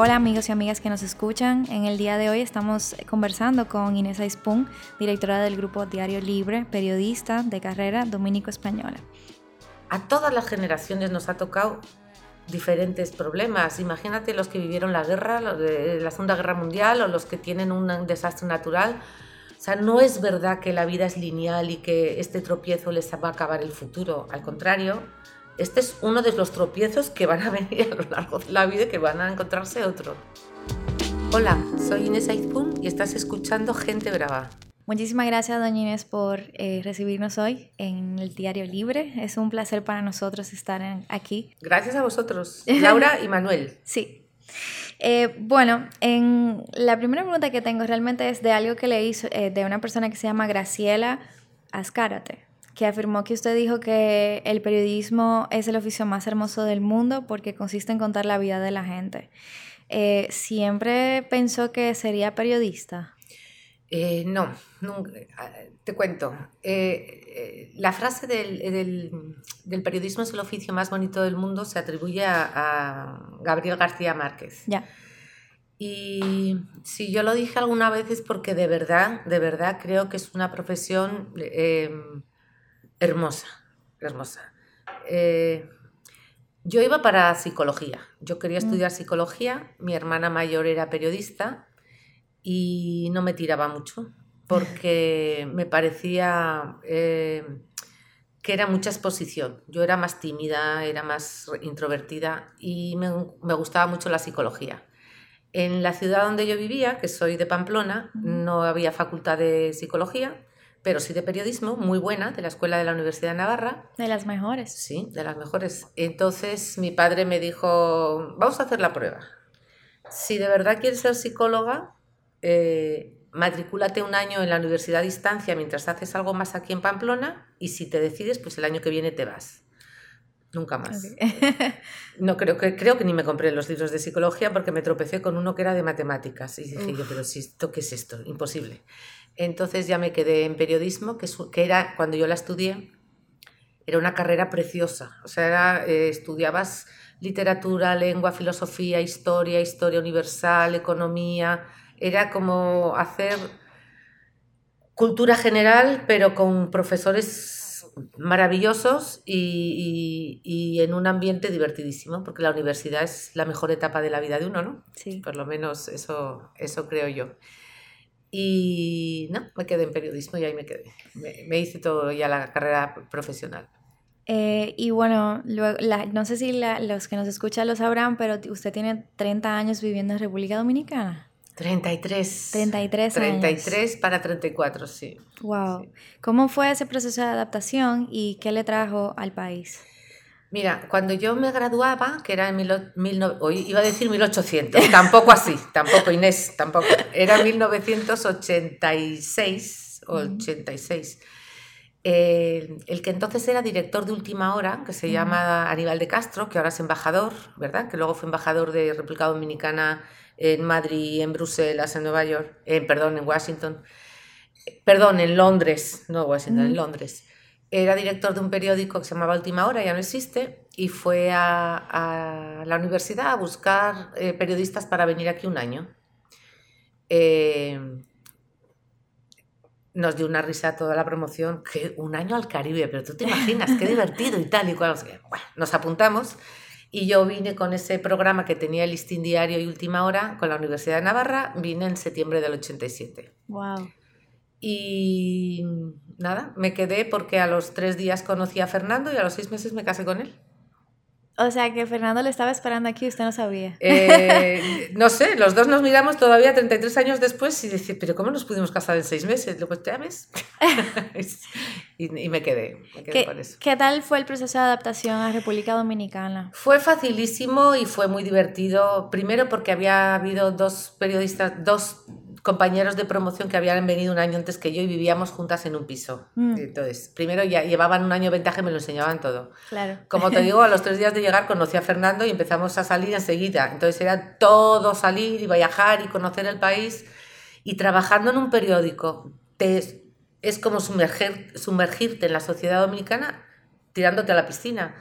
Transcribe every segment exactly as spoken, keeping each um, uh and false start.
Hola amigos y amigas que nos escuchan. En el día de hoy estamos conversando con Inés Ayspun, directora del grupo Diario Libre, periodista de carrera dominico-española. A todas las generaciones nos ha tocado diferentes problemas. Imagínate los que vivieron la guerra, la Segunda Guerra Mundial, o los que tienen un desastre natural. O sea, no es verdad que la vida es lineal y que este tropiezo les va a acabar el futuro. Al contrario, este es uno de los tropiezos que van a venir a lo largo de la vida y que van a encontrarse otro. Hola, soy Inés Ayspun y estás escuchando Gente Brava. Muchísimas gracias, doña Inés, por eh, recibirnos hoy en el Diario Libre. Es un placer para nosotros estar en, aquí. Gracias a vosotros, Laura y Manuel. Sí. Eh, bueno, en la primera pregunta que tengo realmente es de algo que leí eh, de una persona que se llama Graciela Azcárate, que afirmó que usted dijo que el periodismo es el oficio más hermoso del mundo porque consiste en contar la vida de la gente. Eh, ¿Siempre pensó que sería periodista? Eh, no, nunca, te cuento. Eh, eh, la frase del, del, del periodismo es el oficio más bonito del mundo se atribuye a, a Gabriel García Márquez. Ya. Y si yo lo dije alguna vez es porque de verdad, de verdad creo que es una profesión eh, hermosa, hermosa. Eh, yo iba para psicología, yo quería estudiar mm. psicología, mi hermana mayor era periodista y no me tiraba mucho porque me parecía eh, que era mucha exposición. Yo era más tímida, era más introvertida y me, me gustaba mucho la psicología. En la ciudad donde yo vivía, que soy de Pamplona, no había facultad de psicología, pero sí de periodismo, muy buena, de la Escuela de la Universidad de Navarra. De las mejores. Sí, de las mejores. Entonces mi padre me dijo, vamos a hacer la prueba. Si de verdad quieres ser psicóloga, eh, matricúlate un año en la universidad a distancia mientras haces algo más aquí en Pamplona y si te decides, pues el año que viene te vas. Nunca más. Okay. No, creo que, creo que ni me compré los libros de psicología porque me tropecé con uno que era de matemáticas y dije Uf. yo, pero si esto, ¿qué es esto? Imposible. Entonces ya me quedé en periodismo, que, que era, cuando yo la estudié, era una carrera preciosa. O sea, era, eh, estudiabas literatura, lengua, filosofía, historia, historia universal, economía. Era como hacer cultura general, pero con profesores maravillosos y, y, y en un ambiente divertidísimo, porque la universidad es la mejor etapa de la vida de uno, ¿no? Sí. Por lo menos eso, eso creo yo. Y no, me quedé en periodismo y ahí me quedé. Me, me hice todo ya la carrera profesional. Eh, y bueno, luego, la, no sé si la, los que nos escuchan lo sabrán, pero usted tiene treinta años viviendo en República Dominicana. treinta y tres. treinta y tres años. treinta y tres para treinta y cuatro, sí. Wow. Sí. ¿Cómo fue ese proceso de adaptación y qué le trajo al país? Mira, cuando yo me graduaba, que era en mil, mil, hoy iba a decir mil ochocientos, tampoco así, tampoco Inés, tampoco, era mil novecientos ochenta y seis, ochenta y seis. Eh, el que entonces era director de Última Hora, que se uh-huh. llama Aníbal de Castro, que ahora es embajador, ¿verdad? Que luego fue embajador de República Dominicana en Madrid, en Bruselas, en Nueva York, eh, perdón, en Washington, perdón, en Londres, no Washington, uh-huh. en Londres. Era director de un periódico que se llamaba Última Hora, ya no existe, y fue a, a la universidad a buscar eh, periodistas para venir aquí un año. Eh, nos dio una risa toda la promoción, que un año al Caribe, pero tú te imaginas, qué divertido y tal y cual. Bueno, nos apuntamos y yo vine con ese programa que tenía el Listín Diario y Última Hora con la Universidad de Navarra, vine en septiembre del ochenta y siete. Wow. Y nada, me quedé porque a los tres días conocí a Fernando y a los seis meses me casé con él. O sea, que Fernando le estaba esperando aquí y usted no sabía. Eh, no sé, los dos nos miramos todavía treinta y tres años después y decía, pero ¿cómo nos pudimos casar en seis meses? Pues ya ves. y, y me quedé, me quedé ¿Qué, con eso. ¿Qué tal fue el proceso de adaptación a República Dominicana? Fue facilísimo y fue muy divertido. Primero porque había habido dos periodistas, dos compañeros de promoción que habían venido un año antes que yo y vivíamos juntas en un piso. Mm. Entonces, primero ya llevaban un año de ventaja y me lo enseñaban todo. Claro. Como te digo, a los tres días de llegar conocí a Fernando y empezamos a salir enseguida. Entonces era todo salir y viajar y conocer el país. Y trabajando en un periódico te, es como sumergir, sumergirte en la sociedad dominicana tirándote a la piscina.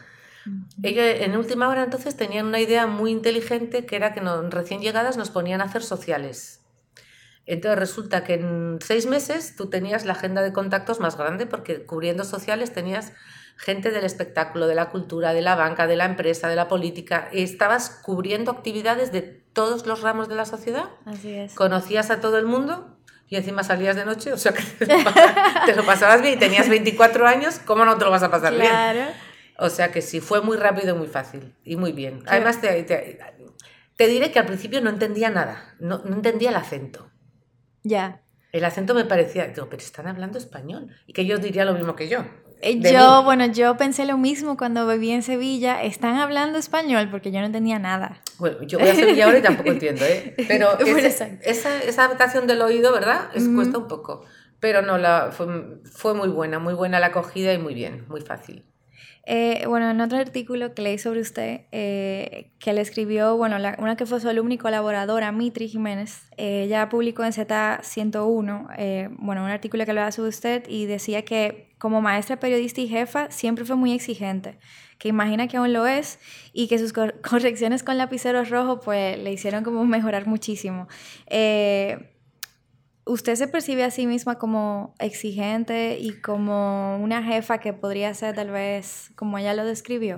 Ujú. Ellos en última hora entonces tenían una idea muy inteligente que era que no, recién llegadas nos ponían a hacer sociales. Entonces resulta que en seis meses tú tenías la agenda de contactos más grande porque cubriendo sociales tenías gente del espectáculo, de la cultura, de la banca, de la empresa, de la política, y estabas cubriendo actividades de todos los ramos de la sociedad. Así es. Conocías a todo el mundo y encima salías de noche, o sea que te lo, pasabas, te lo pasabas bien y tenías veinticuatro años, ¿cómo no te lo vas a pasar bien? Claro. O sea que sí, fue muy rápido y muy fácil y muy bien. Además te, te, te diré que al principio no entendía nada, no, no entendía el acento. Ya. El acento me parecía, digo, pero están hablando español. Y que ellos dirían lo mismo que yo. Yo, mí. bueno, yo pensé lo mismo cuando viví en Sevilla. Están hablando español porque yo no entendía nada. Bueno, yo voy a Sevilla ahora y tampoco entiendo, ¿eh? Pero ese, esa, esa adaptación del oído, ¿verdad? Es, mm. Cuesta un poco. Pero no, la, fue, fue muy buena, muy buena la acogida y muy bien, muy fácil. Eh, bueno, en otro artículo que leí sobre usted, eh, que le escribió, bueno, la, una que fue su alumna y colaboradora, Mitri Jiménez, eh, ella publicó en Z ciento uno, eh, bueno, un artículo que hablaba sobre usted y decía que como maestra, periodista y jefa siempre fue muy exigente, que imagina que aún lo es y que sus cor- correcciones con lapicero rojo pues le hicieron como mejorar muchísimo. Eh, ¿Usted se percibe a sí misma como exigente y como una jefa que podría ser tal vez como ella lo describió?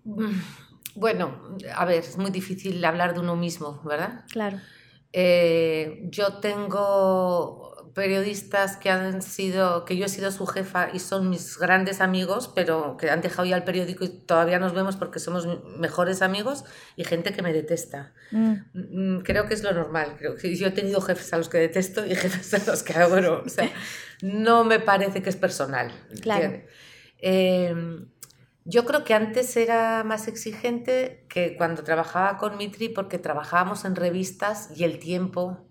Bueno, a ver, es muy difícil hablar de uno mismo, ¿verdad? Claro. Eh, yo tengo periodistas que han sido, que yo he sido su jefa y son mis grandes amigos, pero que han dejado ya el periódico y todavía nos vemos porque somos mejores amigos, y gente que me detesta. Mm. Creo que es lo normal. Creo que yo he tenido jefes a los que detesto y jefes a los que adoro. O sea, no me parece que es personal. Claro. Eh, yo creo que antes era más exigente que cuando trabajaba con Mitri, porque trabajábamos en revistas y el tiempo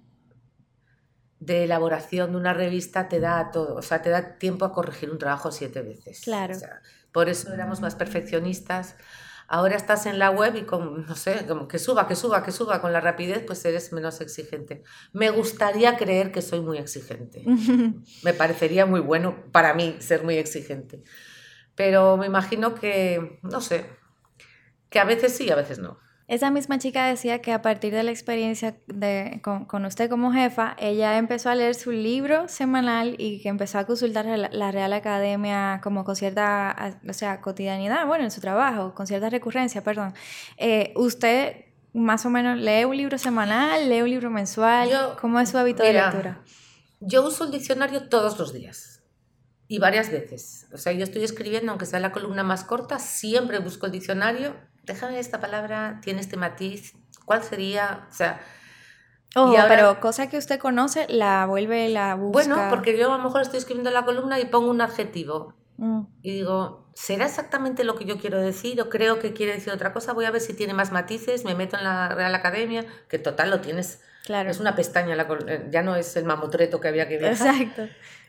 de elaboración de una revista te da todo, o sea, te da tiempo a corregir un trabajo siete veces. Claro. O sea, por eso éramos más perfeccionistas. Ahora estás en la web y con, no sé, como que suba, que suba, que suba, con la rapidez, pues eres menos exigente. Me gustaría creer que soy muy exigente. Me parecería muy bueno para mí ser muy exigente. Pero me imagino que, no sé, que a veces sí y a veces no. Esa misma chica decía que a partir de la experiencia de, con, con usted como jefa, ella empezó a leer su libro semanal y que empezó a consultar la, la Real Academia como con cierta, o sea, cotidianidad, bueno, en su trabajo, con cierta recurrencia, perdón. Eh, ¿Usted más o menos lee un libro semanal, lee un libro mensual? Yo, ¿cómo es su hábito mira, de lectura? Yo uso el diccionario todos los días y varias veces. O sea, yo estoy escribiendo, aunque sea la columna más corta, siempre busco el diccionario. Déjame, esta palabra tiene este matiz, ¿cuál sería? O sea... Oh, y ahora, pero cosa que usted conoce, la vuelve, la busca... Bueno, porque yo a lo mejor estoy escribiendo la columna y pongo un adjetivo. Mm. Y digo, ¿será exactamente lo que yo quiero decir? ¿O creo que quiere decir otra cosa? Voy a ver si tiene más matices, me meto en la Real Academia, que total lo tienes... Claro. Es una pestaña, la, ya no es el mamotreto que había que viajar. Exacto.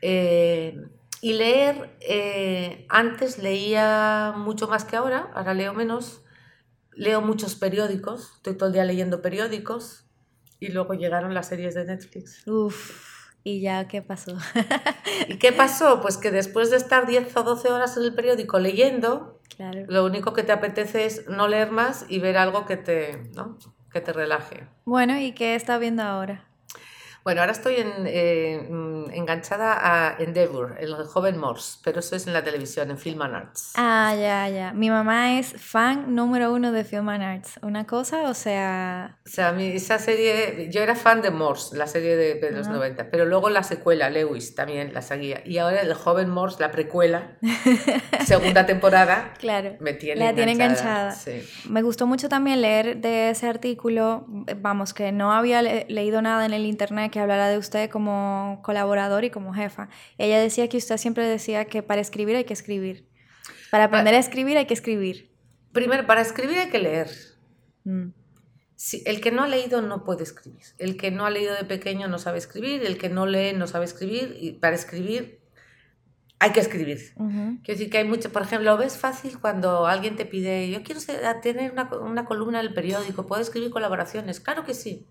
Eh, y leer, eh, antes leía mucho más que ahora, ahora leo menos... Leo muchos periódicos, estoy todo el día leyendo periódicos, y luego llegaron las series de Netflix. Uf, ¿y ya qué pasó? ¿Y qué pasó? Pues que después de estar diez o doce horas en el periódico leyendo, claro, lo único que te apetece es no leer más y ver algo que te, ¿no? que te relaje. Bueno, ¿y qué está viendo ahora? Bueno, ahora estoy en, eh, enganchada a Endeavour, el joven Morse, pero eso es en la televisión, en Film and Arts. Ah, ya, ya. Mi mamá es fan número uno de Film and Arts. ¿Una cosa? O sea... O sea, mi, esa serie... Yo era fan de Morse, la serie de, de los uh-huh. noventa, pero luego la secuela, Lewis, también la seguía. Y ahora el joven Morse, la precuela, segunda temporada, claro, me tiene la enganchada. tiene enganchada. Sí. Me gustó mucho también leer de ese artículo, vamos, que no había le- leído nada en el internet que hablara de usted como colaborador y como jefa. Ella decía que usted siempre decía que para escribir hay que escribir. Para aprender para, a escribir hay que escribir. Primero, para escribir hay que leer. Mm. Sí, el que no ha leído no puede escribir. El que no ha leído de pequeño no sabe escribir. El que no lee no sabe escribir. Y para escribir hay que escribir. Uh-huh. Quiero decir que hay mucho... Por ejemplo, lo ves fácil cuando alguien te pide, yo quiero ser, tener una, una columna en el periódico, ¿puedo escribir colaboraciones? Claro que sí.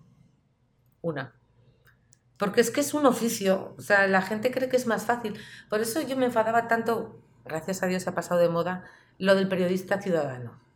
Una. Porque es que es un oficio, o sea, la gente cree que es más fácil. Por eso yo me enfadaba tanto, gracias a Dios ha pasado de moda, lo del periodista ciudadano.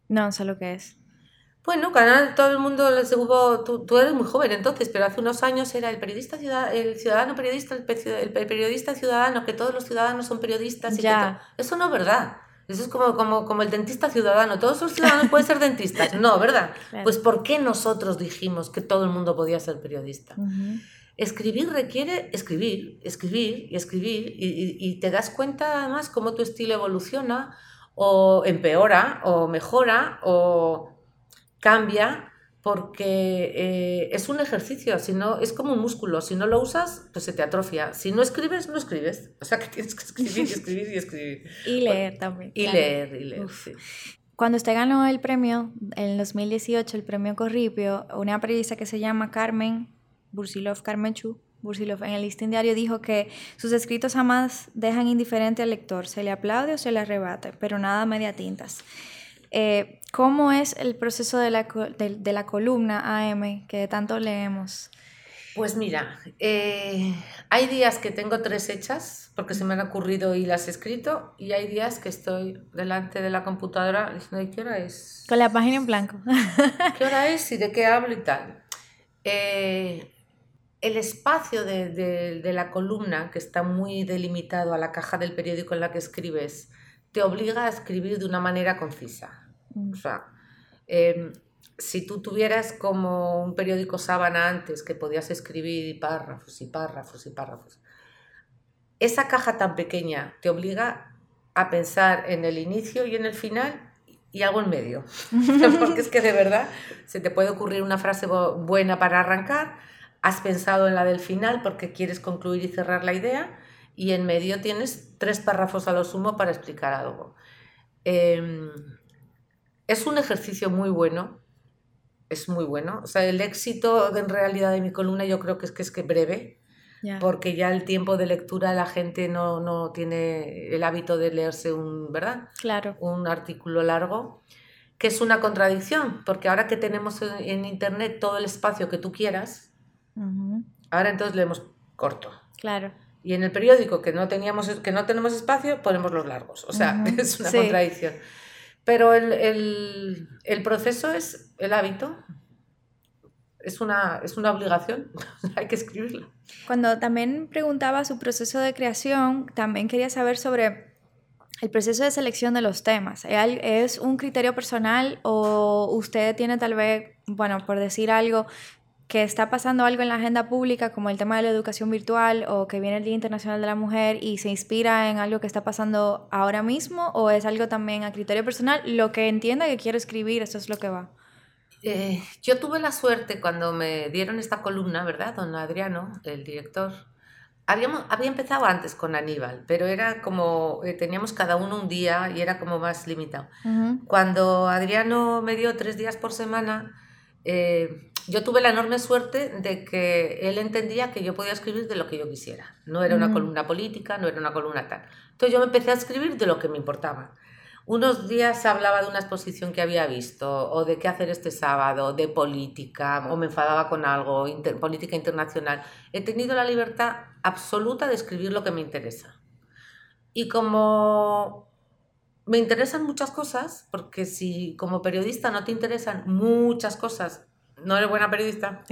No sé lo que es. Bueno, canal, todo el mundo les hubo. Tú, tú eres muy joven entonces, pero hace unos años era el periodista ciudad, el ciudadano periodista, el, pe- el periodista ciudadano, que todos los ciudadanos son periodistas y que todo. Ya, Eso no es verdad. Eso es como, como, como el dentista ciudadano. Todos los ciudadanos pueden ser dentistas. No, ¿verdad? claro. Pues ¿por qué nosotros dijimos que todo el mundo podía ser periodista? Ujú. Escribir requiere escribir, escribir y escribir y, y- y te das cuenta además cómo tu estilo evoluciona o empeora o mejora o cambia porque eh, es un ejercicio, si no, es como un músculo, si no lo usas, pues se te atrofia. Si no escribes, no escribes. O sea que tienes que escribir y escribir y escribir. Y leer también, Y claro. leer, y leer, Uf. sí. Cuando usted ganó el premio, en dos mil dieciocho, el premio Corripio, una periodista que se llama Carmen Bursilov, Carmen Chu Bursilov, en el Listín Diario dijo que sus escritos jamás dejan indiferente al lector, se le aplaude o se le arrebate, pero nada media tintas. Eh, ¿Cómo es el proceso de la, de, de la columna A M que tanto leemos? Pues mira, eh, hay días que tengo tres hechas porque se me han ocurrido y las he escrito y hay días que estoy delante de la computadora diciendo, ¿y qué hora es? Con la página en blanco. ¿Qué hora es y de qué hablo y tal? Eh, el espacio de, de, de la columna, que está muy delimitado a la caja del periódico en la que escribes, te obliga a escribir de una manera concisa. O sea, eh, si tú tuvieras como un periódico Sábana antes, que podías escribir párrafos y párrafos y párrafos, esa caja tan pequeña te obliga a pensar en el inicio y en el final y algo en medio. Porque es que de verdad se te puede ocurrir una frase buena para arrancar, has pensado en la del final porque quieres concluir y cerrar la idea y en medio tienes tres párrafos a lo sumo para explicar algo. Eh, es un ejercicio muy bueno, es muy bueno. O sea, el éxito de, en realidad de mi columna yo creo que es que es que breve, Ya. porque ya el tiempo de lectura la gente no, no tiene el hábito de leerse un, ¿verdad? Claro. Un artículo largo, que es una contradicción, porque ahora que tenemos en, en internet todo el espacio que tú quieras, Uh-huh. ahora entonces leemos corto. Claro. Y en el periódico que no, teníamos, que no tenemos espacio, ponemos los largos. O sea, Uh-huh. es una Sí. contradicción. Pero el, el, el proceso es el hábito. Es una, es una obligación, hay que escribirla. Cuando también preguntaba su proceso de creación, también quería saber sobre el proceso de selección de los temas. ¿Es un criterio personal o usted tiene tal vez, bueno, por decir algo, que está pasando algo en la agenda pública como el tema de la educación virtual o que viene el Día Internacional de la Mujer y se inspira en algo que está pasando ahora mismo, o es algo también a criterio personal, lo que entienda que quiero escribir, eso es lo que va? Eh, yo tuve la suerte cuando me dieron esta columna, ¿verdad? Don Adriano, el director. Habíamos, había empezado antes con Aníbal, pero era como, eh, teníamos cada uno un día y era como más limitado. Uh-huh. Cuando Adriano me dio tres días por semana, eh, yo tuve la enorme suerte de que él entendía que yo podía escribir de lo que yo quisiera. No era una Uh-huh. columna política, no era una columna tal. Entonces yo me empecé a escribir de lo que me importaba. Unos días hablaba de una exposición que había visto, o de qué hacer este sábado, de política, o me enfadaba con algo, inter, política internacional. He tenido la libertad absoluta de escribir lo que me interesa. Y como me interesan muchas cosas, porque si como periodista no te interesan muchas cosas, no eres buena periodista,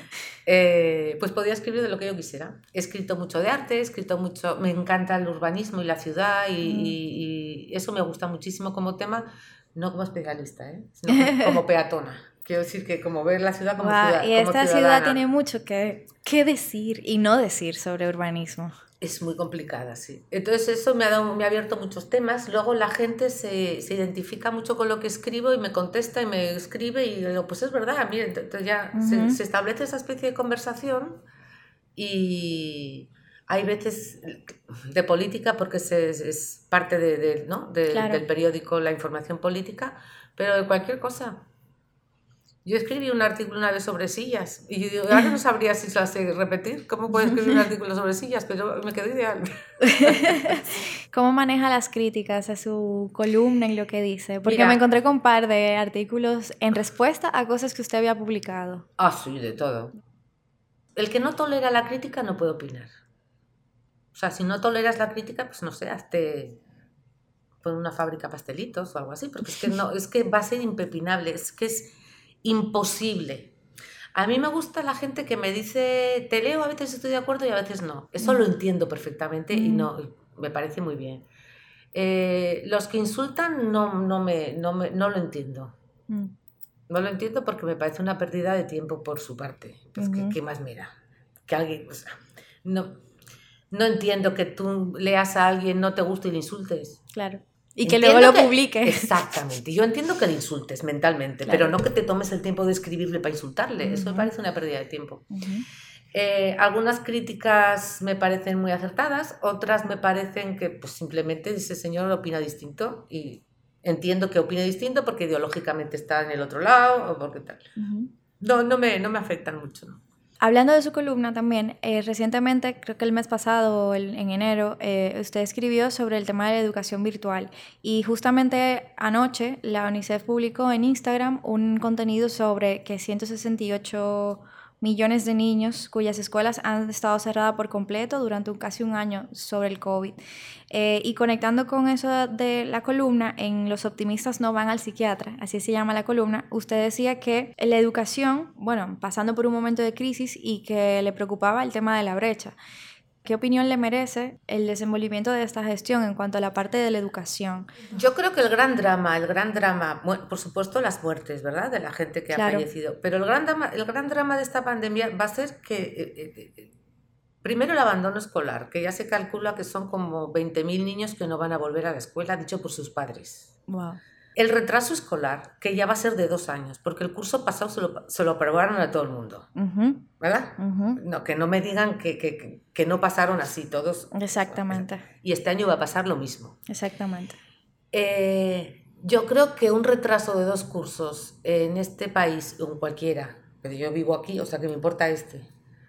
eh, pues podía escribir de lo que yo quisiera. He escrito mucho de arte, he escrito mucho, me encanta el urbanismo y la ciudad y, Mm. y, y eso me gusta muchísimo como tema, no como especialista, ¿eh? Sino como, como peatona. Quiero decir que como ver la ciudad como, Wow, ciudad, y como esta ciudadana. ciudad tiene mucho que, que decir y no decir sobre urbanismo. Es muy complicada, sí. Entonces eso me ha, dado, me ha abierto muchos temas. Luego la gente se, se identifica mucho con lo que escribo y me contesta y me escribe y digo, pues es verdad, mire, entonces ya Uh-huh. se, se establece esa especie de conversación y hay veces de política porque se, es parte de, de, ¿no? de, Claro. del periódico la información política, pero de cualquier cosa. Yo escribí un artículo una vez sobre sillas y yo digo, ahora no sabría si se hace repetir. ¿Cómo puedo escribir un artículo sobre sillas? Pero me quedó ideal. ¿Cómo maneja las críticas a su columna y lo que dice? Porque Mira, me encontré con un par de artículos en respuesta a cosas que usted había publicado. Ah, sí, de todo. El que no tolera la crítica no puede opinar. O sea, si no toleras la crítica, pues no sé, hazte, poner una fábrica de pastelitos o algo así, porque es que, no, es que va a ser impepinable, es que es imposible. A mí me gusta la gente que me dice, te leo, a veces estoy de acuerdo y a veces no. Eso lo entiendo perfectamente y no, me parece muy bien. Eh, los que insultan no, no, me, no, me, no lo entiendo. Mm. No lo entiendo porque me parece una pérdida de tiempo por su parte. Pues, uh-huh. ¿qué, ¿Qué más mira? Que alguien, o sea, no, no entiendo que tú leas a alguien, no te guste y le insultes. Claro. Y que entiendo luego lo que, publique. Exactamente. Yo entiendo que le insultes mentalmente, claro. pero no que te tomes el tiempo de escribirle para insultarle. Uh-huh. Eso me parece una pérdida de tiempo. Uh-huh. Eh, algunas críticas me parecen muy acertadas, otras me parecen que pues, simplemente ese señor opina distinto y entiendo que opine distinto porque ideológicamente está en el otro lado o porque tal. Uh-huh. No, no, me, no me afectan mucho, ¿no? Hablando de su columna también, eh, recientemente, creo que el mes pasado, el, en enero, eh, usted escribió sobre el tema de la educación virtual y justamente anoche la UNICEF publicó en Instagram un contenido sobre que ciento sesenta y ocho millones de niños cuyas escuelas han estado cerradas por completo durante un, casi un año sobre el COVID. Eh, y conectando con eso de la columna, en Los optimistas no van al psiquiatra, así se llama la columna, usted decía que la educación, bueno, pasando por un momento de crisis y que le preocupaba el tema de la brecha. ¿Qué opinión le merece el desenvolvimiento de esta gestión en cuanto a la parte de la educación? Yo creo que el gran drama, el gran drama, bueno, por supuesto las muertes, ¿verdad? De la gente que claro. ha fallecido, pero el gran drama, el gran drama de esta pandemia va a ser que, eh, eh, primero el abandono escolar, que ya se calcula que son como veinte mil niños que no van a volver a la escuela, dicho por sus padres. Wow. El retraso escolar, que ya va a ser de dos años, porque el curso pasado se lo, se lo aprobaron a todo el mundo, uh-huh. ¿verdad? Uh-huh. No, que no me digan que, que, que no pasaron así todos. Exactamente. Y este año va a pasar lo mismo. Exactamente. Eh, yo creo que un retraso de dos cursos en este país, o en cualquiera, pero yo vivo aquí, o sea que me importa este,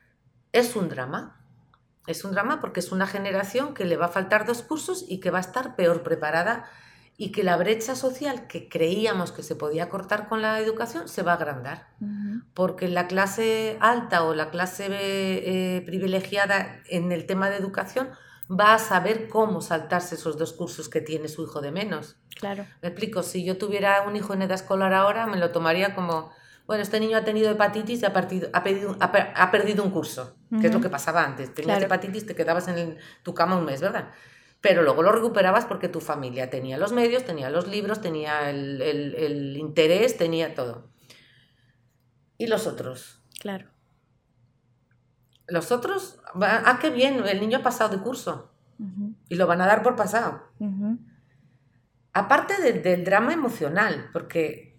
es un drama. Es un drama porque es una generación que le va a faltar dos cursos y que va a estar peor preparada y que la brecha social que creíamos que se podía cortar con la educación se va a agrandar. Uh-huh. Porque la clase alta o la clase eh, privilegiada en el tema de educación va a saber cómo saltarse esos dos cursos que tiene su hijo de menos. Claro. Me explico, si yo tuviera un hijo en edad escolar ahora, me lo tomaría como, bueno, este niño ha tenido hepatitis y ha, partido, ha, pedido, ha, per, ha perdido un curso, uh-huh. que es lo que pasaba antes. Tenías claro. hepatitis, te quedabas en el, tu cama un mes, ¿verdad? Pero luego lo recuperabas porque tu familia tenía los medios, tenía los libros, tenía el, el, el interés, tenía todo. ¿Y los otros? Claro. Los otros, ah, qué bien, el niño ha pasado de curso. Uh-huh. Y lo van a dar por pasado. Uh-huh. Aparte de, del drama emocional, porque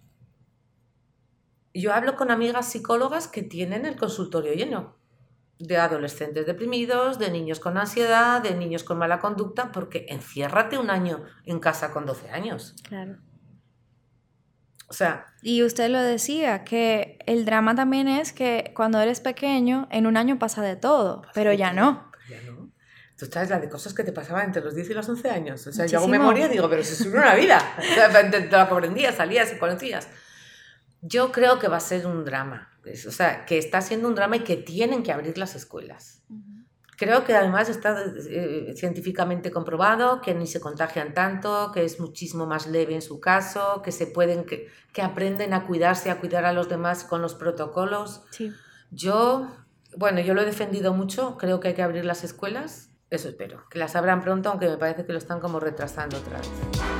yo hablo con amigas psicólogas que tienen el consultorio lleno. De adolescentes deprimidos, de niños con ansiedad, de niños con mala conducta, porque enciérrate un año en casa con doce años. Claro. O sea... Y usted lo decía, que el drama también es que cuando eres pequeño, en un año pasa de todo, pasa pero de ya todo, no. Ya no. Tú sabes la de cosas que te pasaban entre los diez y los once años. O sea, muchísimo. Yo hago memoria y digo, pero si es una vida. O sea, te, te la comprendías, salías y conocías. Yo creo que va a ser un drama. O sea, que está siendo un drama y que tienen que abrir las escuelas. Uh-huh. Creo que además está eh, científicamente comprobado que ni se contagian tanto, que es muchísimo más leve en su caso, que se pueden, que, que aprenden a cuidarse, a cuidar a los demás con los protocolos. Sí. Yo, bueno, yo lo he defendido mucho, creo que hay que abrir las escuelas, eso espero, que las abran pronto, aunque me parece que lo están como retrasando otra vez.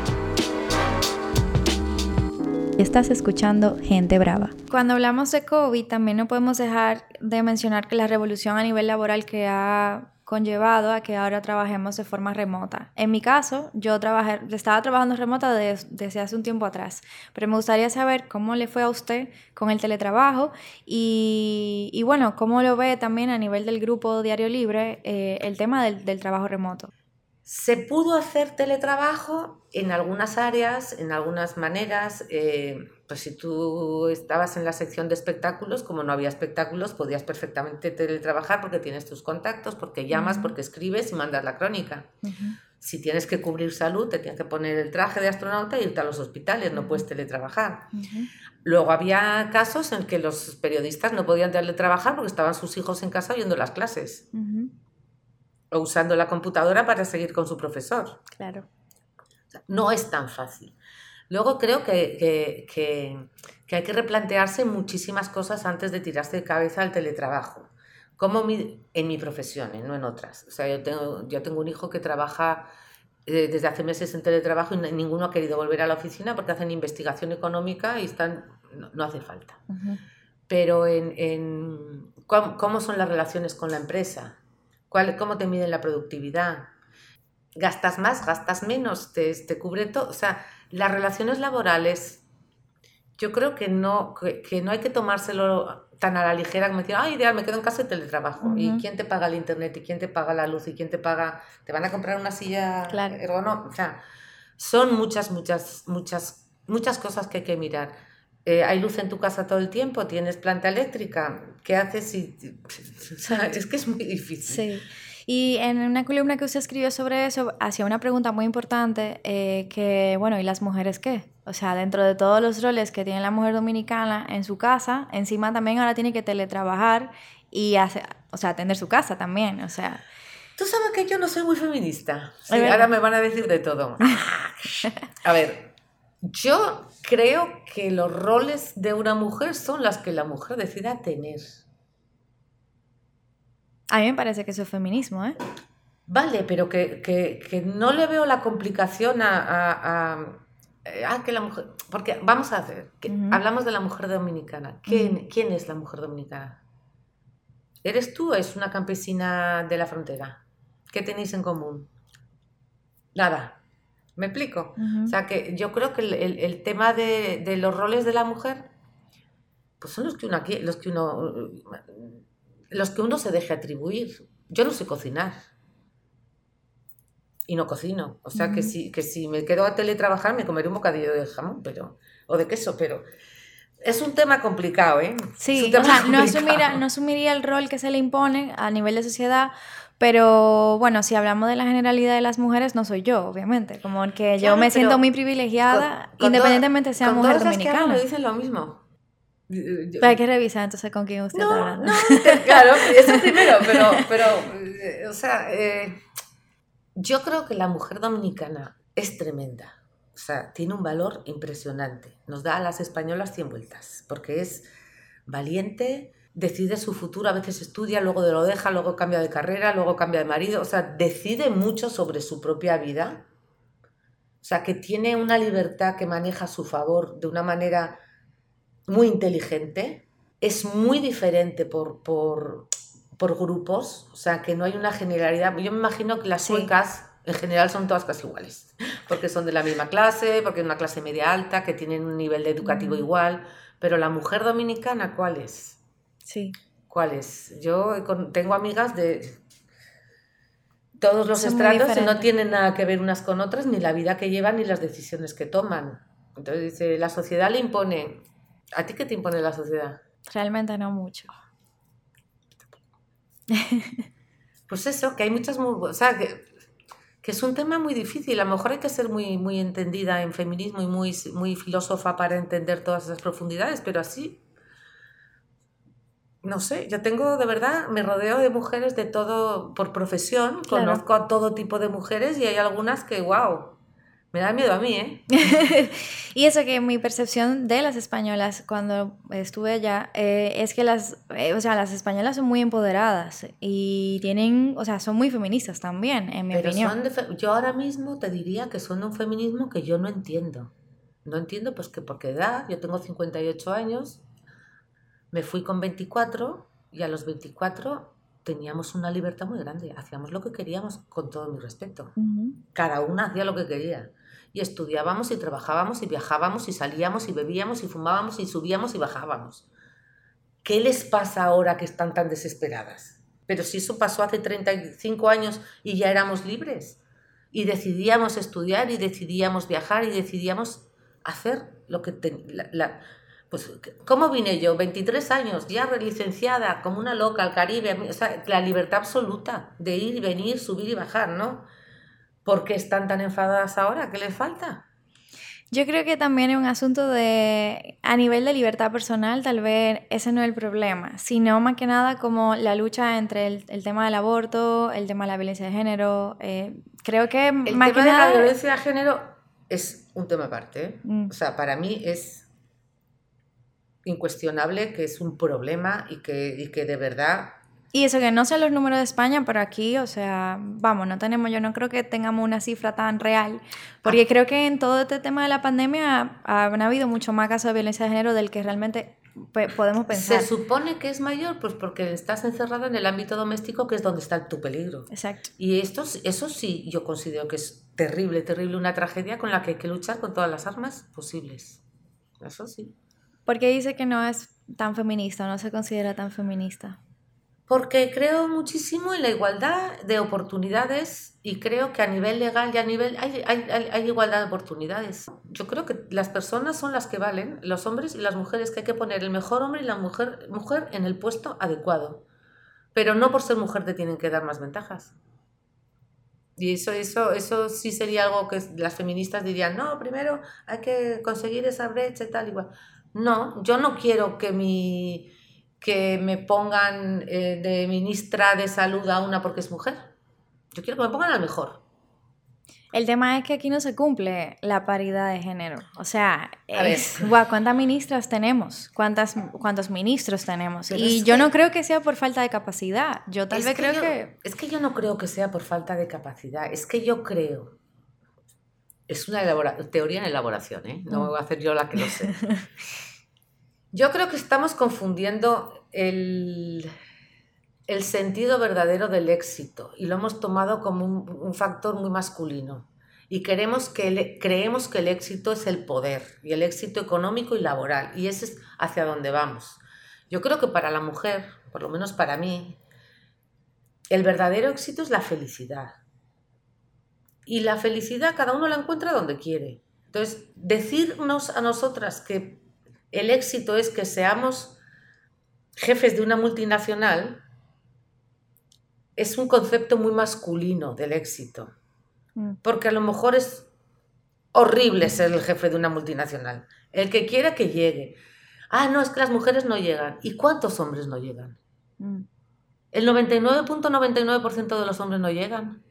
Estás escuchando Gente Brava. Cuando hablamos de COVID, también no podemos dejar de mencionar que la revolución a nivel laboral que ha conllevado a que ahora trabajemos de forma remota. En mi caso, yo trabajé, estaba trabajando remota desde, desde hace un tiempo atrás, pero me gustaría saber cómo le fue a usted con el teletrabajo y, y bueno, cómo lo ve también a nivel del grupo Diario Libre eh, el tema del, del trabajo remoto. Se pudo hacer teletrabajo en algunas áreas, en algunas maneras. Eh, pues si tú estabas en la sección de espectáculos, como no había espectáculos, podías perfectamente teletrabajar porque tienes tus contactos, porque llamas, uh-huh. porque escribes y mandas la crónica. Uh-huh. Si tienes que cubrir salud, te tienes que poner el traje de astronauta e irte a los hospitales, no uh-huh. puedes teletrabajar. Uh-huh. Luego había casos en que los periodistas no podían teletrabajar porque estaban sus hijos en casa oyendo las clases. Uh-huh. O usando la computadora para seguir con su profesor. Claro. O sea, no es tan fácil. Luego creo que, que, que, que hay que replantearse muchísimas cosas antes de tirarse de cabeza al teletrabajo. Como mi, en mi profesión, ¿eh? No en otras. O sea, yo tengo, yo tengo un hijo que trabaja eh, desde hace meses en teletrabajo y ninguno ha querido volver a la oficina porque hacen investigación económica y están, no, no hace falta. Uh-huh. Pero en, en ¿cómo, ¿cómo son las relaciones con la empresa? ¿Cuál, ¿Cómo te miden la productividad? ¿Gastas más? ¿Gastas menos? ¿Te, te cubre todo? O sea, las relaciones laborales, yo creo que no, que, que no hay que tomárselo tan a la ligera como decir, ay, ideal, me quedo en casa y teletrabajo. Uh-huh. ¿Y quién te paga el internet? ¿Y quién te paga la luz? ¿Y quién te paga? ¿Te van a comprar una silla claro. ergonómica? O sea, son muchas, muchas, muchas, muchas cosas que hay que mirar. Eh, ¿Hay luz en tu casa todo el tiempo? ¿Tienes planta eléctrica? ¿Qué haces si...? O sea, es que es muy difícil. Sí. Y en una columna que usted escribió sobre eso, hacía una pregunta muy importante, eh, que, bueno, ¿y las mujeres qué? O sea, dentro de todos los roles que tiene la mujer dominicana en su casa, encima también ahora tiene que teletrabajar y hacer, o sea, atender su casa también, o sea... Tú sabes que yo no soy muy feminista. Sí, ahora me van a decir de todo. A ver, yo creo que los roles de una mujer son las que la mujer decida tener. A mí me parece que eso es feminismo, ¿eh? Vale, pero que, que, que no le veo la complicación a, a, a, a que la mujer... Porque vamos a hacer, que uh-huh. hablamos de la mujer dominicana. ¿Quién, uh-huh. ¿Quién es la mujer dominicana? ¿Eres tú o es una campesina de la frontera? ¿Qué tenéis en común? Nada. ¿Me explico? Uh-huh. O sea, que yo creo que el, el, el tema de, de los roles de la mujer, pues son los que uno, los que uno, los que uno se deje atribuir. Yo no sé cocinar. Y no cocino. O sea, uh-huh. que, si, que si me quedo a teletrabajar me comeré un bocadillo de jamón, pero, o de queso, pero... Es un tema complicado, ¿eh? Sí, o sea, no asumiría, no asumiría el rol que se le impone a nivel de sociedad, pero bueno, si hablamos de la generalidad de las mujeres, no soy yo, obviamente. Como que yo claro, me siento muy privilegiada, con, con independientemente toda, sea con mujer todas dominicana. Las que hablo me dicen lo mismo. Pero hay que revisar entonces con quién usted no, está hablando. No, claro, eso primero, pero, pero eh, o sea, eh, yo creo que la mujer dominicana es tremenda. O sea, tiene un valor impresionante. Nos da a las españolas cien vueltas, porque es valiente, decide su futuro, a veces estudia, luego lo deja, luego cambia de carrera, luego cambia de marido. O sea, decide mucho sobre su propia vida. O sea, que tiene una libertad que maneja a su favor de una manera muy inteligente. Es muy diferente por, por, por grupos. O sea, que no hay una generalidad. Yo me imagino que las sí. suecas... En general son todas casi iguales, porque son de la misma clase, porque es una clase media alta, que tienen un nivel de educativo mm. igual, pero la mujer dominicana, ¿cuál es? Sí. ¿Cuál es? Yo tengo amigas de todos los son estratos y no tienen nada que ver unas con otras, ni la vida que llevan, ni las decisiones que toman. Entonces dice, la sociedad le impone. ¿A ti qué te impone la sociedad? Realmente no mucho. Pues eso, que hay muchas... O sea, que... que es un tema muy difícil, a lo mejor hay que ser muy, muy entendida en feminismo y muy, muy filósofa para entender todas esas profundidades, pero así, no sé, yo tengo de verdad, me rodeo de mujeres de todo, por profesión, claro. Conozco a todo tipo de mujeres y hay algunas que, wow, me da miedo a mí, ¿eh? Y eso que mi percepción de las españolas cuando estuve allá eh, es que las, eh, o sea, las españolas son muy empoderadas y tienen, o sea, son muy feministas también, en mi Pero opinión. Son de fe- yo ahora mismo te diría que son de un feminismo que yo no entiendo. No entiendo, pues que por qué edad, yo tengo cincuenta y ocho años, me fui con veinticuatro y a los veinticuatro teníamos una libertad muy grande, hacíamos lo que queríamos con todo mi respeto. Uh-huh. Cada una hacía lo que quería. Y estudiábamos y trabajábamos y viajábamos y salíamos y bebíamos y fumábamos y subíamos y bajábamos. ¿Qué les pasa ahora que están tan desesperadas? Pero si eso pasó hace treinta y cinco años y ya éramos libres. Y decidíamos estudiar y decidíamos viajar y decidíamos hacer lo que... Ten, la, la, pues, ¿cómo vine yo? veintitrés años, ya licenciada, como una loca al Caribe. O sea, la libertad absoluta de ir y venir, subir y bajar, ¿no? ¿Por qué están tan enfadadas ahora? ¿Qué les falta? Yo creo que también es un asunto de, a nivel de libertad personal, tal vez ese no es el problema, sino más que nada como la lucha entre el, el tema del aborto, el tema de la violencia de género. Eh, creo que el más tema que de nada... la violencia de género, es un tema aparte, ¿eh? Mm. O sea, para mí es incuestionable que es un problema y que, y que de verdad... Y eso que no sé los números de España, pero aquí, o sea, vamos, no tenemos, yo no creo que tengamos una cifra tan real, porque Ah. creo que en todo este tema de la pandemia han habido mucho más casos de violencia de género del que realmente podemos pensar. Se supone que es mayor, pues porque estás encerrada en el ámbito doméstico, que es donde está tu peligro. Exacto. Y esto, eso sí, yo considero que es terrible, terrible, una tragedia con la que hay que luchar con todas las armas posibles. Eso sí. ¿Por qué dice que no es tan feminista, no se considera tan feminista? Porque creo muchísimo en la igualdad de oportunidades y creo que a nivel legal y a nivel... Hay, hay, hay igualdad de oportunidades. Yo creo que las personas son las que valen, los hombres y las mujeres, que hay que poner el mejor hombre y la mujer, mujer en el puesto adecuado. Pero no por ser mujer te tienen que dar más ventajas. Y eso, eso, eso sí sería algo que las feministas dirían, no, primero hay que conseguir esa brecha y tal, igual. No, yo no quiero que mi... que me pongan eh, de ministra de salud a una porque es mujer. Yo quiero que me pongan al mejor. El tema es que aquí no se cumple la paridad de género. O sea, es, wow, ¿cuántas ministras tenemos? ¿Cuántas, ¿Cuántos ministros tenemos? Pero y yo que, no creo que sea por falta de capacidad. Yo tal vez que creo yo, que... Es que yo no creo que sea por falta de capacidad. Es que yo creo... Es una elabora, teoría en elaboración, ¿eh? No mm. me voy a hacer yo la que lo sé. Yo creo que estamos confundiendo el, el sentido verdadero del éxito y lo hemos tomado como un, un factor muy masculino. Y queremos que el, creemos que el éxito es el poder y el éxito económico y laboral. Y ese es hacia donde vamos. Yo creo que para la mujer, por lo menos para mí, el verdadero éxito es la felicidad. Y la felicidad cada uno la encuentra donde quiere. Entonces, decirnos a nosotras que el éxito es que seamos jefes de una multinacional es un concepto muy masculino del éxito. Porque a lo mejor es horrible ser el jefe de una multinacional. El que quiera que llegue. Ah, no, es que las mujeres no llegan. ¿Y cuántos hombres no llegan? Mm. El noventa y nueve punto noventa y nueve por ciento de los hombres no llegan.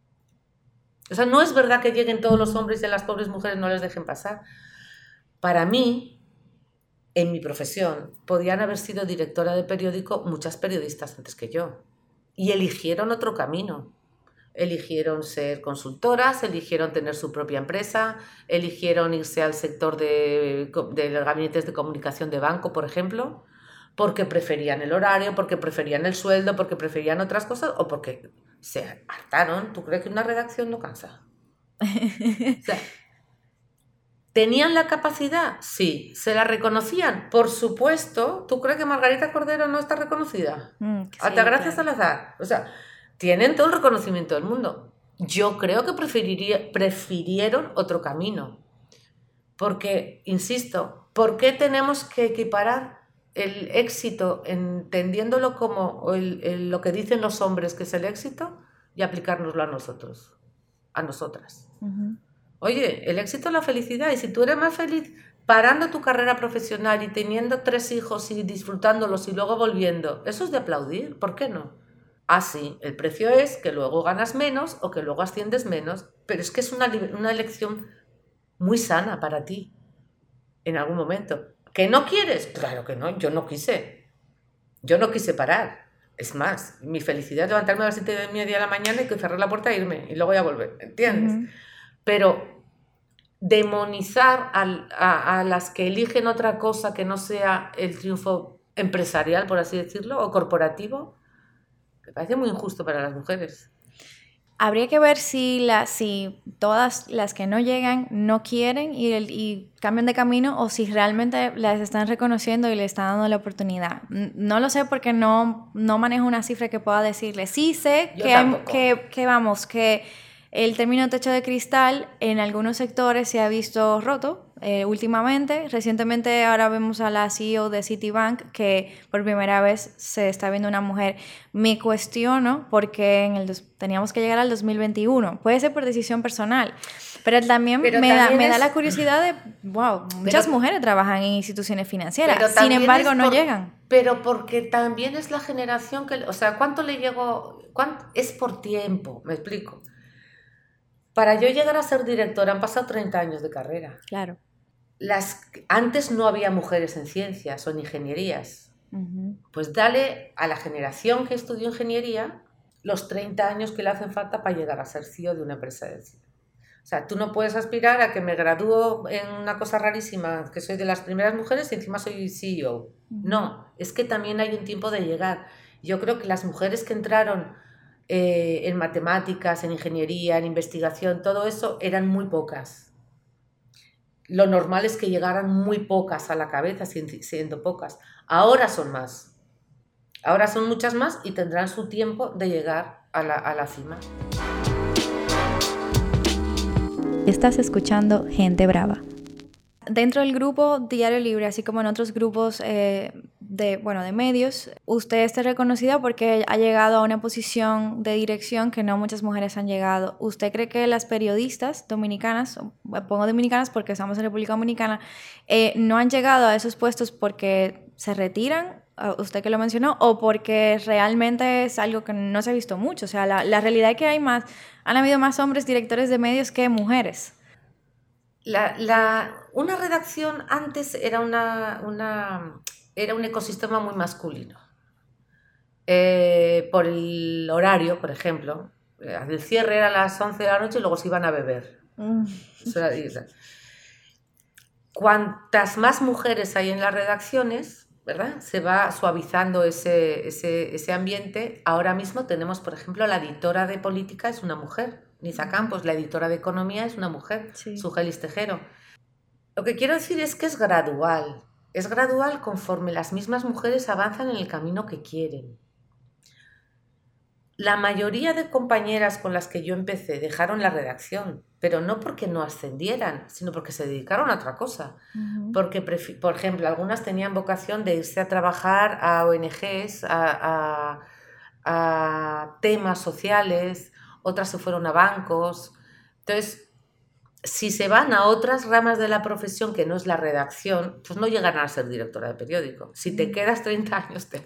O sea, no es verdad que lleguen todos los hombres y a las pobres mujeres no les dejen pasar. Para mí, en mi profesión, podían haber sido directora de periódico muchas periodistas antes que yo. Y eligieron otro camino. Eligieron ser consultoras, eligieron tener su propia empresa, eligieron irse al sector de, de gabinetes de comunicación de banco, por ejemplo, porque preferían el horario, porque preferían el sueldo, porque preferían otras cosas o porque se hartaron. ¿Tú crees que una redacción no cansa? O sea, ¿tenían la capacidad? Sí. ¿Se la reconocían? Por supuesto. ¿Tú crees que Margarita Cordero no está reconocida? Mm, sí, Altagracia claro. Salazar. O sea, tienen todo el reconocimiento del mundo. Yo creo que preferiría, prefirieron otro camino. Porque, insisto, ¿por qué tenemos que equiparar el éxito, entendiéndolo como el, el, lo que dicen los hombres que es el éxito, y aplicárnoslo a nosotros, a nosotras? Uh-huh. Oye, el éxito es la felicidad, y si tú eres más feliz parando tu carrera profesional y teniendo tres hijos y disfrutándolos y luego volviendo, eso es de aplaudir, ¿por qué no? Ah, sí, el precio es que luego ganas menos o que luego asciendes menos, pero es que es una, una elección muy sana para ti, en algún momento. ¿Que no quieres? Claro que no, yo no quise, yo no quise parar. Es más, mi felicidad es levantarme a las siete y media de la mañana y que cerrar la puerta e irme, y luego voy a volver, ¿entiendes? Uh-huh. Pero demonizar a, a, a las que eligen otra cosa que no sea el triunfo empresarial, por así decirlo, o corporativo, me parece muy injusto para las mujeres. Habría que ver si, la, si todas las que no llegan no quieren y, el, y cambian de camino, o si realmente las están reconociendo y le están dando la oportunidad. No lo sé porque no, no manejo una cifra que pueda decirle. Sí sé que, hay, que, que, vamos, que el término techo de cristal en algunos sectores se ha visto roto eh, últimamente. Recientemente ahora vemos a la C E O de Citibank que por primera vez se está viendo una mujer. Me cuestiono porque en el dos, teníamos que llegar al dos mil veintiuno. Puede ser por decisión personal, pero también, pero me, también da, es... me da la curiosidad de, wow, muchas pero, mujeres trabajan en instituciones financieras, sin embargo no por, llegan. Pero porque también es la generación que, o sea, ¿cuánto le llegó? ¿Cuánto? Es por tiempo, me explico. Para yo llegar a ser directora han pasado treinta años de carrera. Claro. Las, antes no había mujeres en ciencias o en ingenierías. Uh-huh. Pues dale a la generación que estudió ingeniería los treinta años que le hacen falta para llegar a ser C E O de una empresa de ciencia. O sea, tú no puedes aspirar a que me gradúo en una cosa rarísima, que soy de las primeras mujeres y encima soy C E O. Uh-huh. No, es que también hay un tiempo de llegar. Yo creo que las mujeres que entraron eh, en matemáticas, en ingeniería, en investigación, todo eso, eran muy pocas. Lo normal es que llegaran muy pocas a la cabeza, siendo pocas. Ahora son más. Ahora son muchas más y tendrán su tiempo de llegar a la, a la cima. Estás escuchando Gente Brava. Dentro del grupo Diario Libre, así como en otros grupos eh, de, bueno, de medios, usted está reconocida porque ha llegado a una posición de dirección que no muchas mujeres han llegado. ¿Usted cree que las periodistas dominicanas, pongo dominicanas porque estamos en República Dominicana, eh, no han llegado a esos puestos porque se retiran, usted que lo mencionó, o porque realmente es algo que no se ha visto mucho? O sea, la, la realidad es que hay más, han habido más hombres directores de medios que mujeres. La, la, una redacción antes era, una, una, era un ecosistema muy masculino. Eh, por el horario, por ejemplo, el cierre era a las once de la noche y luego se iban a beber. Mm. Eso era, cuantas más mujeres hay en las redacciones, ¿verdad?, se va suavizando ese, ese, ese ambiente. Ahora mismo tenemos, por ejemplo, la editora de política es una mujer. Niza Campos, la editora de economía, es una mujer, sí. Sugelis Tejero. Lo que quiero decir es que es gradual, es gradual conforme las mismas mujeres avanzan en el camino que quieren. La mayoría de compañeras con las que yo empecé dejaron la redacción, pero no porque no ascendieran, sino porque se dedicaron a otra cosa. Uh-huh. Porque, por ejemplo, algunas tenían vocación de irse a trabajar a O N Ges, a, a, a temas sociales. Otras se fueron a bancos. Entonces, si se van a otras ramas de la profesión que no es la redacción, pues no llegan a ser directora de periódico. Si te quedas treinta años, te...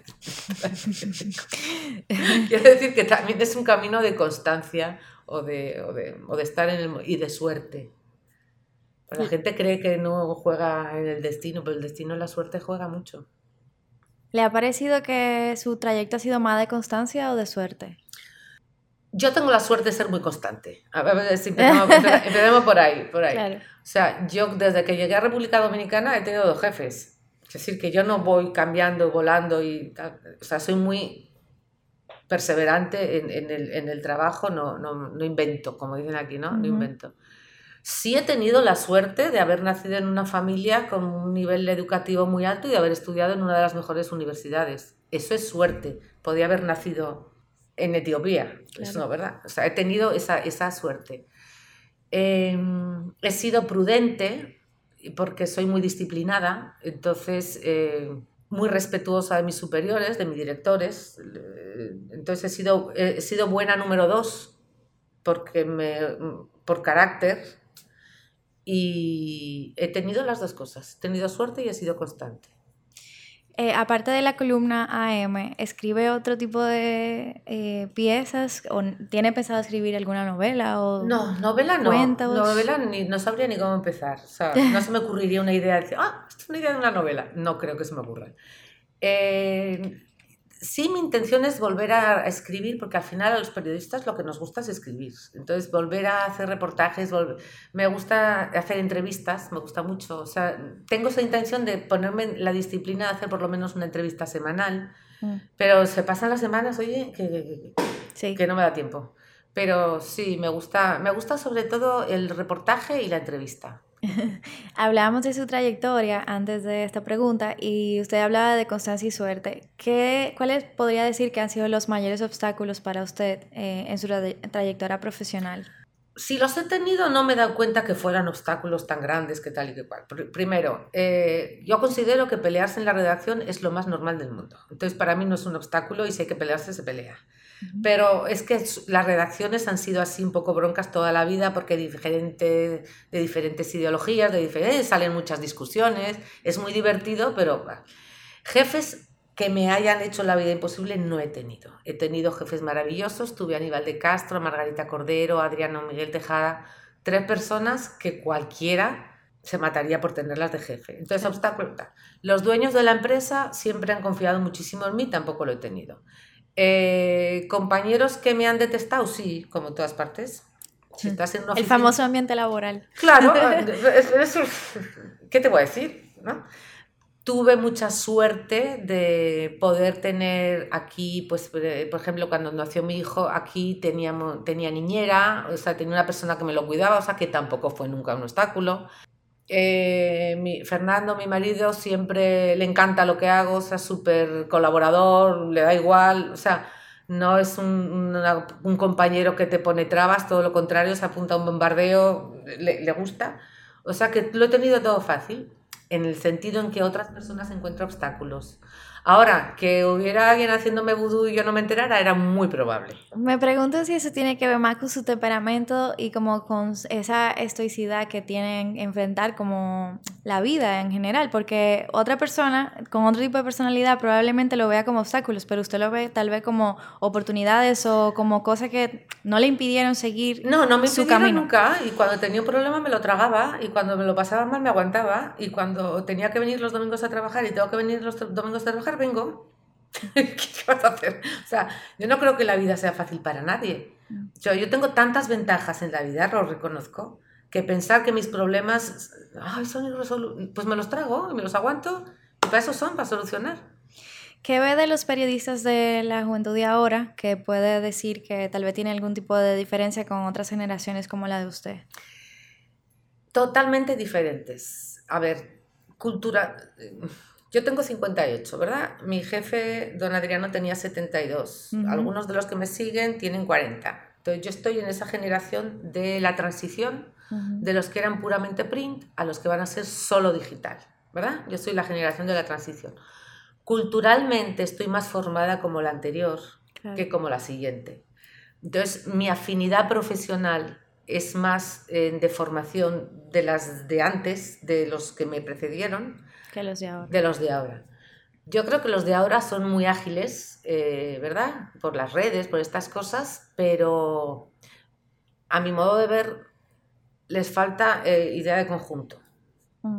Quiero decir que también es un camino de constancia o de, o de, o de estar en el... y de suerte. Pues la gente cree que no juega en el destino, pero el destino y la suerte juega mucho. ¿Le ha parecido que su trayecto ha sido más de constancia o de suerte? Yo tengo la suerte de ser muy constante. A ver, si empezamos, empezamos por ahí, por ahí. Claro. O sea, yo desde que llegué a República Dominicana he tenido dos jefes. Es decir, que yo no voy cambiando, volando y tal. O sea, soy muy perseverante en, en, el, en el trabajo, no, no, no invento, como dicen aquí, ¿no? Uh-huh. No invento. Sí he tenido la suerte de haber nacido en una familia con un nivel educativo muy alto y de haber estudiado en una de las mejores universidades. Eso es suerte. Podía haber nacido en Etiopía, claro. Eso no, ¿verdad? O sea, he tenido esa, esa suerte. Eh, he sido prudente porque soy muy disciplinada, entonces eh, muy respetuosa de mis superiores, de mis directores. Entonces he sido, he sido buena número dos porque me, por carácter, y he tenido las dos cosas. He tenido suerte y he sido constante. Eh, aparte de la columna A M, ¿escribe otro tipo de eh, piezas? ¿O tiene pensado escribir alguna novela? O no, novela no. Cuentos? Novela ni, no sabría ni cómo empezar. O sea, no se me ocurriría una idea de decir, ah, esto es una idea de una novela. No creo que se me ocurra. Eh, sí, mi intención es volver a escribir, porque al final a los periodistas lo que nos gusta es escribir. Entonces, volver a hacer reportajes, volver... me gusta hacer entrevistas, me gusta mucho. O sea, tengo esa intención de ponerme en la disciplina de hacer por lo menos una entrevista semanal, mm. pero se pasan las semanas, oye, que, que, sí. que no me da tiempo. Pero sí, me gusta, me gusta sobre todo el reportaje y la entrevista. Hablábamos de su trayectoria antes de esta pregunta y usted hablaba de constancia y suerte. ¿Qué, ¿Cuáles podría decir que han sido los mayores obstáculos para usted eh, en su tra- trayectoria profesional? Si los he tenido, no me he dado cuenta que fueran obstáculos tan grandes que tal y que cual. Primero, eh, yo considero que pelearse en la redacción es lo más normal del mundo. Entonces, para mí no es un obstáculo y si hay que pelearse, se pelea. Pero es que las redacciones han sido así un poco broncas toda la vida porque diferente, de diferentes ideologías, de diferentes, salen muchas discusiones, es muy divertido, pero jefes que me hayan hecho la vida imposible no he tenido. He tenido jefes maravillosos, tuve a Aníbal de Castro, a Margarita Cordero, a Adriano Miguel Tejada, tres personas que cualquiera se mataría por tenerlas de jefe. Entonces, sí. Obstáculo. Los dueños de la empresa siempre han confiado muchísimo en mí, tampoco lo he tenido. Eh, compañeros que me han detestado, sí, como en todas partes. Si estás en una oficina... El famoso ambiente laboral. Claro, eso, ¿qué te voy a decir? ¿No? Tuve mucha suerte de poder tener aquí, pues, por ejemplo, cuando nació mi hijo, aquí teníamos, tenía niñera, o sea, tenía una persona que me lo cuidaba, o sea, que tampoco fue nunca un obstáculo. Eh, mi, Fernando, mi marido, siempre le encanta lo que hago, o sea, súper colaborador, le da igual, o sea, no es un, una, un compañero que te pone trabas, todo lo contrario, se apunta a un bombardeo, le, le gusta, o sea, que lo he tenido todo fácil, en el sentido en que otras personas encuentran obstáculos. Ahora, que hubiera alguien haciéndome vudú y yo no me enterara, era muy probable. Me pregunto si eso tiene que ver más con su temperamento y como con esa estoicidad que tienen enfrentar como la vida en general, porque otra persona con otro tipo de personalidad probablemente lo vea como obstáculos, pero usted lo ve tal vez como oportunidades o como cosas que no le impidieron seguir no, no me su camino. Nunca, y cuando tenía un problema me lo tragaba, y cuando me lo pasaba mal me aguantaba, y cuando tenía que venir los domingos a trabajar y tengo que venir los domingos a trabajar, vengo. ¿Qué vas a hacer? O sea, yo no creo que la vida sea fácil para nadie. Yo, yo tengo tantas ventajas en la vida, lo reconozco, que pensar que mis problemas ay, son irresolubles, pues me los trago y me los aguanto, y para eso son, para solucionar. ¿Qué ve de los periodistas de la juventud de ahora que puede decir que tal vez tiene algún tipo de diferencia con otras generaciones como la de usted? Totalmente diferentes. A ver, cultura... Yo tengo cincuenta y ocho, ¿verdad? Mi jefe, don Adriano, tenía setenta y dos. Uh-huh. Algunos de los que me siguen tienen cuarenta. Entonces yo estoy en esa generación de la transición, uh-huh. de los que eran puramente print a los que van a ser solo digital, ¿verdad? Yo soy la generación de la transición. Culturalmente estoy más formada como la anterior, claro, que como la siguiente. Entonces mi afinidad profesional es más eh, de formación de las de antes, de los que me precedieron, que los de ahora. De los de ahora. Yo creo que los de ahora son muy ágiles, eh, ¿verdad? Por las redes, por estas cosas, pero a mi modo de ver les falta eh, idea de conjunto. Mm.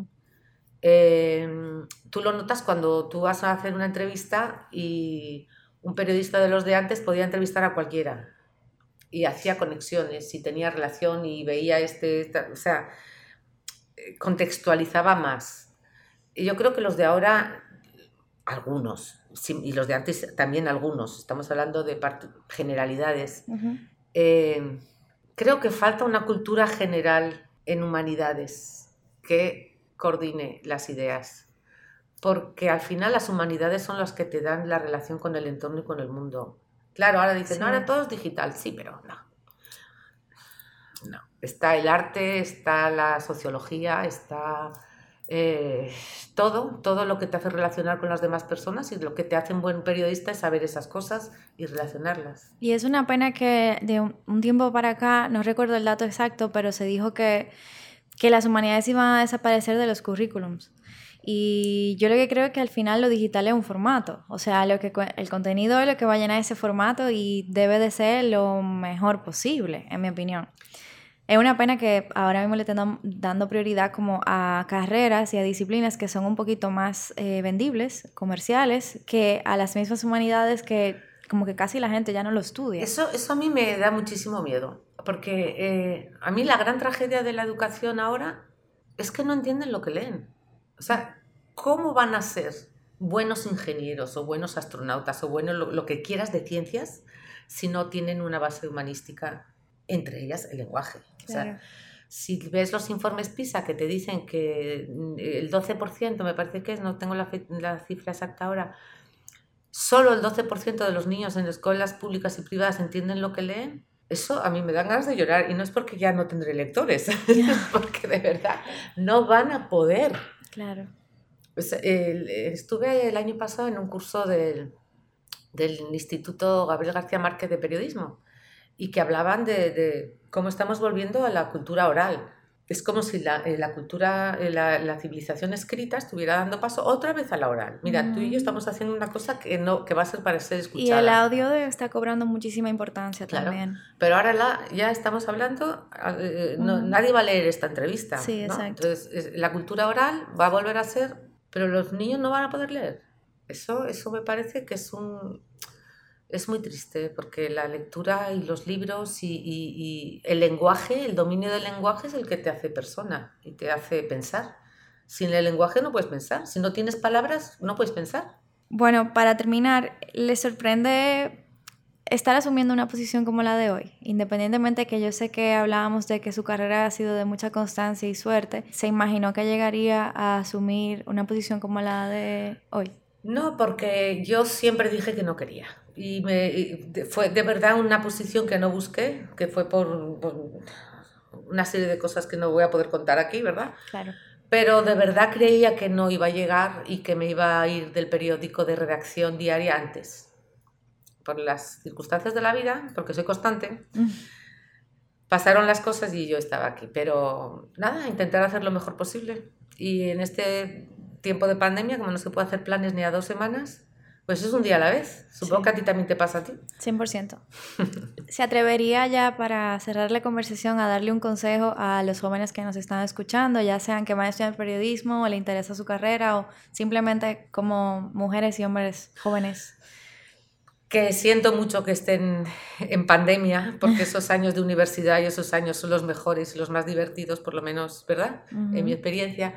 Eh, tú lo notas cuando tú vas a hacer una entrevista y un periodista de los de antes podía entrevistar a cualquiera y hacía conexiones y tenía relación y veía este, esta, o sea, contextualizaba más. Y yo creo que los de ahora, algunos, y los de antes también algunos, estamos hablando de part- generalidades, uh-huh. eh, creo que falta una cultura general en humanidades que coordine las ideas, porque al final las humanidades son las que te dan la relación con el entorno y con el mundo. Claro, ahora dicen, sí. no, ahora todo es digital, sí, pero no. No, está el arte, está la sociología, está... Eh, todo, todo lo que te hace relacionar con las demás personas, y lo que te hace un buen periodista es saber esas cosas y relacionarlas. Y es una pena que de un, un tiempo para acá, no recuerdo el dato exacto, pero se dijo que, que las humanidades iban a desaparecer de los currículums. Y yo lo que creo es que al final lo digital es un formato, o sea, lo que, el contenido es lo que va a llenar ese formato y debe de ser lo mejor posible, en mi opinión. Es una pena que ahora mismo le estén dando prioridad como a carreras y a disciplinas que son un poquito más eh, vendibles, comerciales, que a las mismas humanidades que como que casi la gente ya no lo estudia. Eso, eso a mí me da muchísimo miedo, porque eh, a mí la gran tragedia de la educación ahora es que no entienden lo que leen. O sea, ¿cómo van a ser buenos ingenieros o buenos astronautas o buenos lo, lo que quieras de ciencias si no tienen una base humanística? Entre ellas el lenguaje. Claro. O sea, si ves los informes PISA que te dicen que el doce por ciento, me parece que es, no tengo la, fe, la cifra exacta ahora, solo el doce por ciento de los niños en escuelas públicas y privadas entienden lo que leen, eso a mí me dan ganas de llorar. Y no es porque ya no tendré lectores, es porque de verdad no van a poder. Claro. Pues, el, estuve el año pasado en un curso del, del Instituto Gabriel García Márquez de Periodismo, y que hablaban de, de cómo estamos volviendo a la cultura oral. es como si la, eh, la cultura, eh, la, la civilización escrita estuviera dando paso otra vez a la oral. Mira, mm. tú y yo estamos haciendo una cosa que, no, que va a ser para ser escuchada. Y el audio está cobrando muchísima importancia, claro, también. Pero ahora la, ya estamos hablando, eh, no, mm. nadie va a leer esta entrevista. Sí, ¿no? exacto. Entonces, es, la cultura oral va a volver a ser, pero los niños no van a poder leer. Eso, eso me parece que es un... Es muy triste porque la lectura y los libros y, y, y el lenguaje, el dominio del lenguaje es el que te hace persona y te hace pensar. Sin el lenguaje no puedes pensar. Si no tienes palabras, no puedes pensar. Bueno, para terminar, ¿les sorprende estar asumiendo una posición como la de hoy? Independientemente que yo sé que hablábamos de que su carrera ha sido de mucha constancia y suerte, ¿se imaginó que llegaría a asumir una posición como la de hoy? No, porque yo siempre dije que no quería. Y me, y fue de verdad una posición que no busqué, que fue por, por una serie de cosas que no voy a poder contar aquí, ¿verdad? Claro. Pero de verdad creía que no iba a llegar y que me iba a ir del periódico de redacción diaria antes. Por las circunstancias de la vida, porque soy constante, mm. pasaron las cosas y yo estaba aquí. Pero nada, intentar hacer lo mejor posible. Y en este tiempo de pandemia, como no se puede hacer planes ni a dos semanas, pues es un día a la vez. Supongo sí. que a ti también te pasa a ti. cien por ciento. ¿Se atrevería ya para cerrar la conversación a darle un consejo a los jóvenes que nos están escuchando, ya sean que van a estudiar periodismo o le interesa su carrera o simplemente como mujeres y hombres jóvenes? Que siento mucho que estén en pandemia, porque esos años de universidad y esos años son los mejores y los más divertidos, por lo menos, ¿verdad? Uh-huh. En mi experiencia.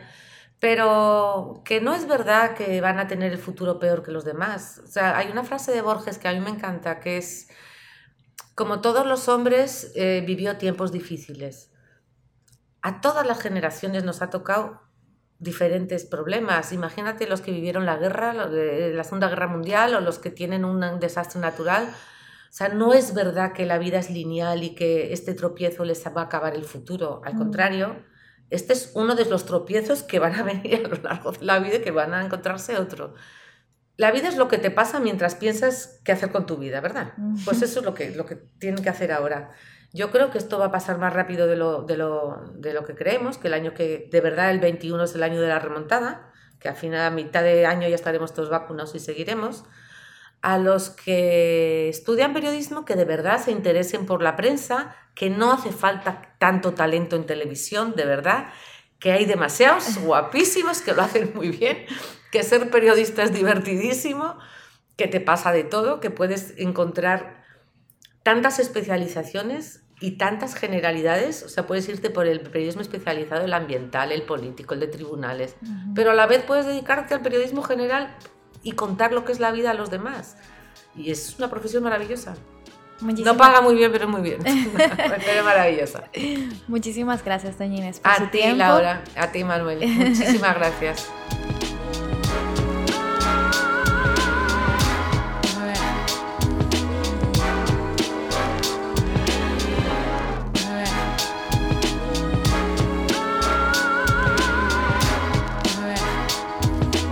Pero que no es verdad que van a tener el futuro peor que los demás. O sea, hay una frase de Borges que a mí me encanta, que es, como todos los hombres, eh, vivió tiempos difíciles. A todas las generaciones nos ha tocado diferentes problemas. Imagínate los que vivieron la guerra, la Segunda Guerra Mundial, o los que tienen un desastre natural. O sea, no es verdad que la vida es lineal y que este tropiezo les va a acabar el futuro. Al mm. contrario, este es uno de los tropiezos que van a venir a lo largo de la vida y que van a encontrarse otro. La vida es lo que te pasa mientras piensas qué hacer con tu vida, ¿verdad? Pues eso es lo que, lo que tienen que hacer ahora. Yo creo que esto va a pasar más rápido de lo, de, lo, de lo que creemos, que el año que de verdad el veintiuno es el año de la remontada, que al final a mitad de año ya estaremos todos vacunados y seguiremos. A los que estudian periodismo, que de verdad se interesen por la prensa, que no hace falta tanto talento en televisión, de verdad, que hay demasiados guapísimos que lo hacen muy bien, que ser periodista es divertidísimo, que te pasa de todo, que puedes encontrar tantas especializaciones y tantas generalidades. O sea, puedes irte por el periodismo especializado, el ambiental, el político, el de tribunales, uh-huh. pero a la vez puedes dedicarte al periodismo general y contar lo que es la vida a los demás. Y es una profesión maravillosa. Muchísimas... No paga muy bien, pero muy bien. Es maravillosa. Muchísimas gracias, doña Inés, por a su ti, tiempo. Laura, a ti, Manuel. Muchísimas gracias.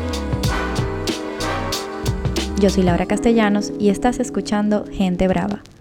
Yo soy Laura Castellanos y estás escuchando Gente Brava.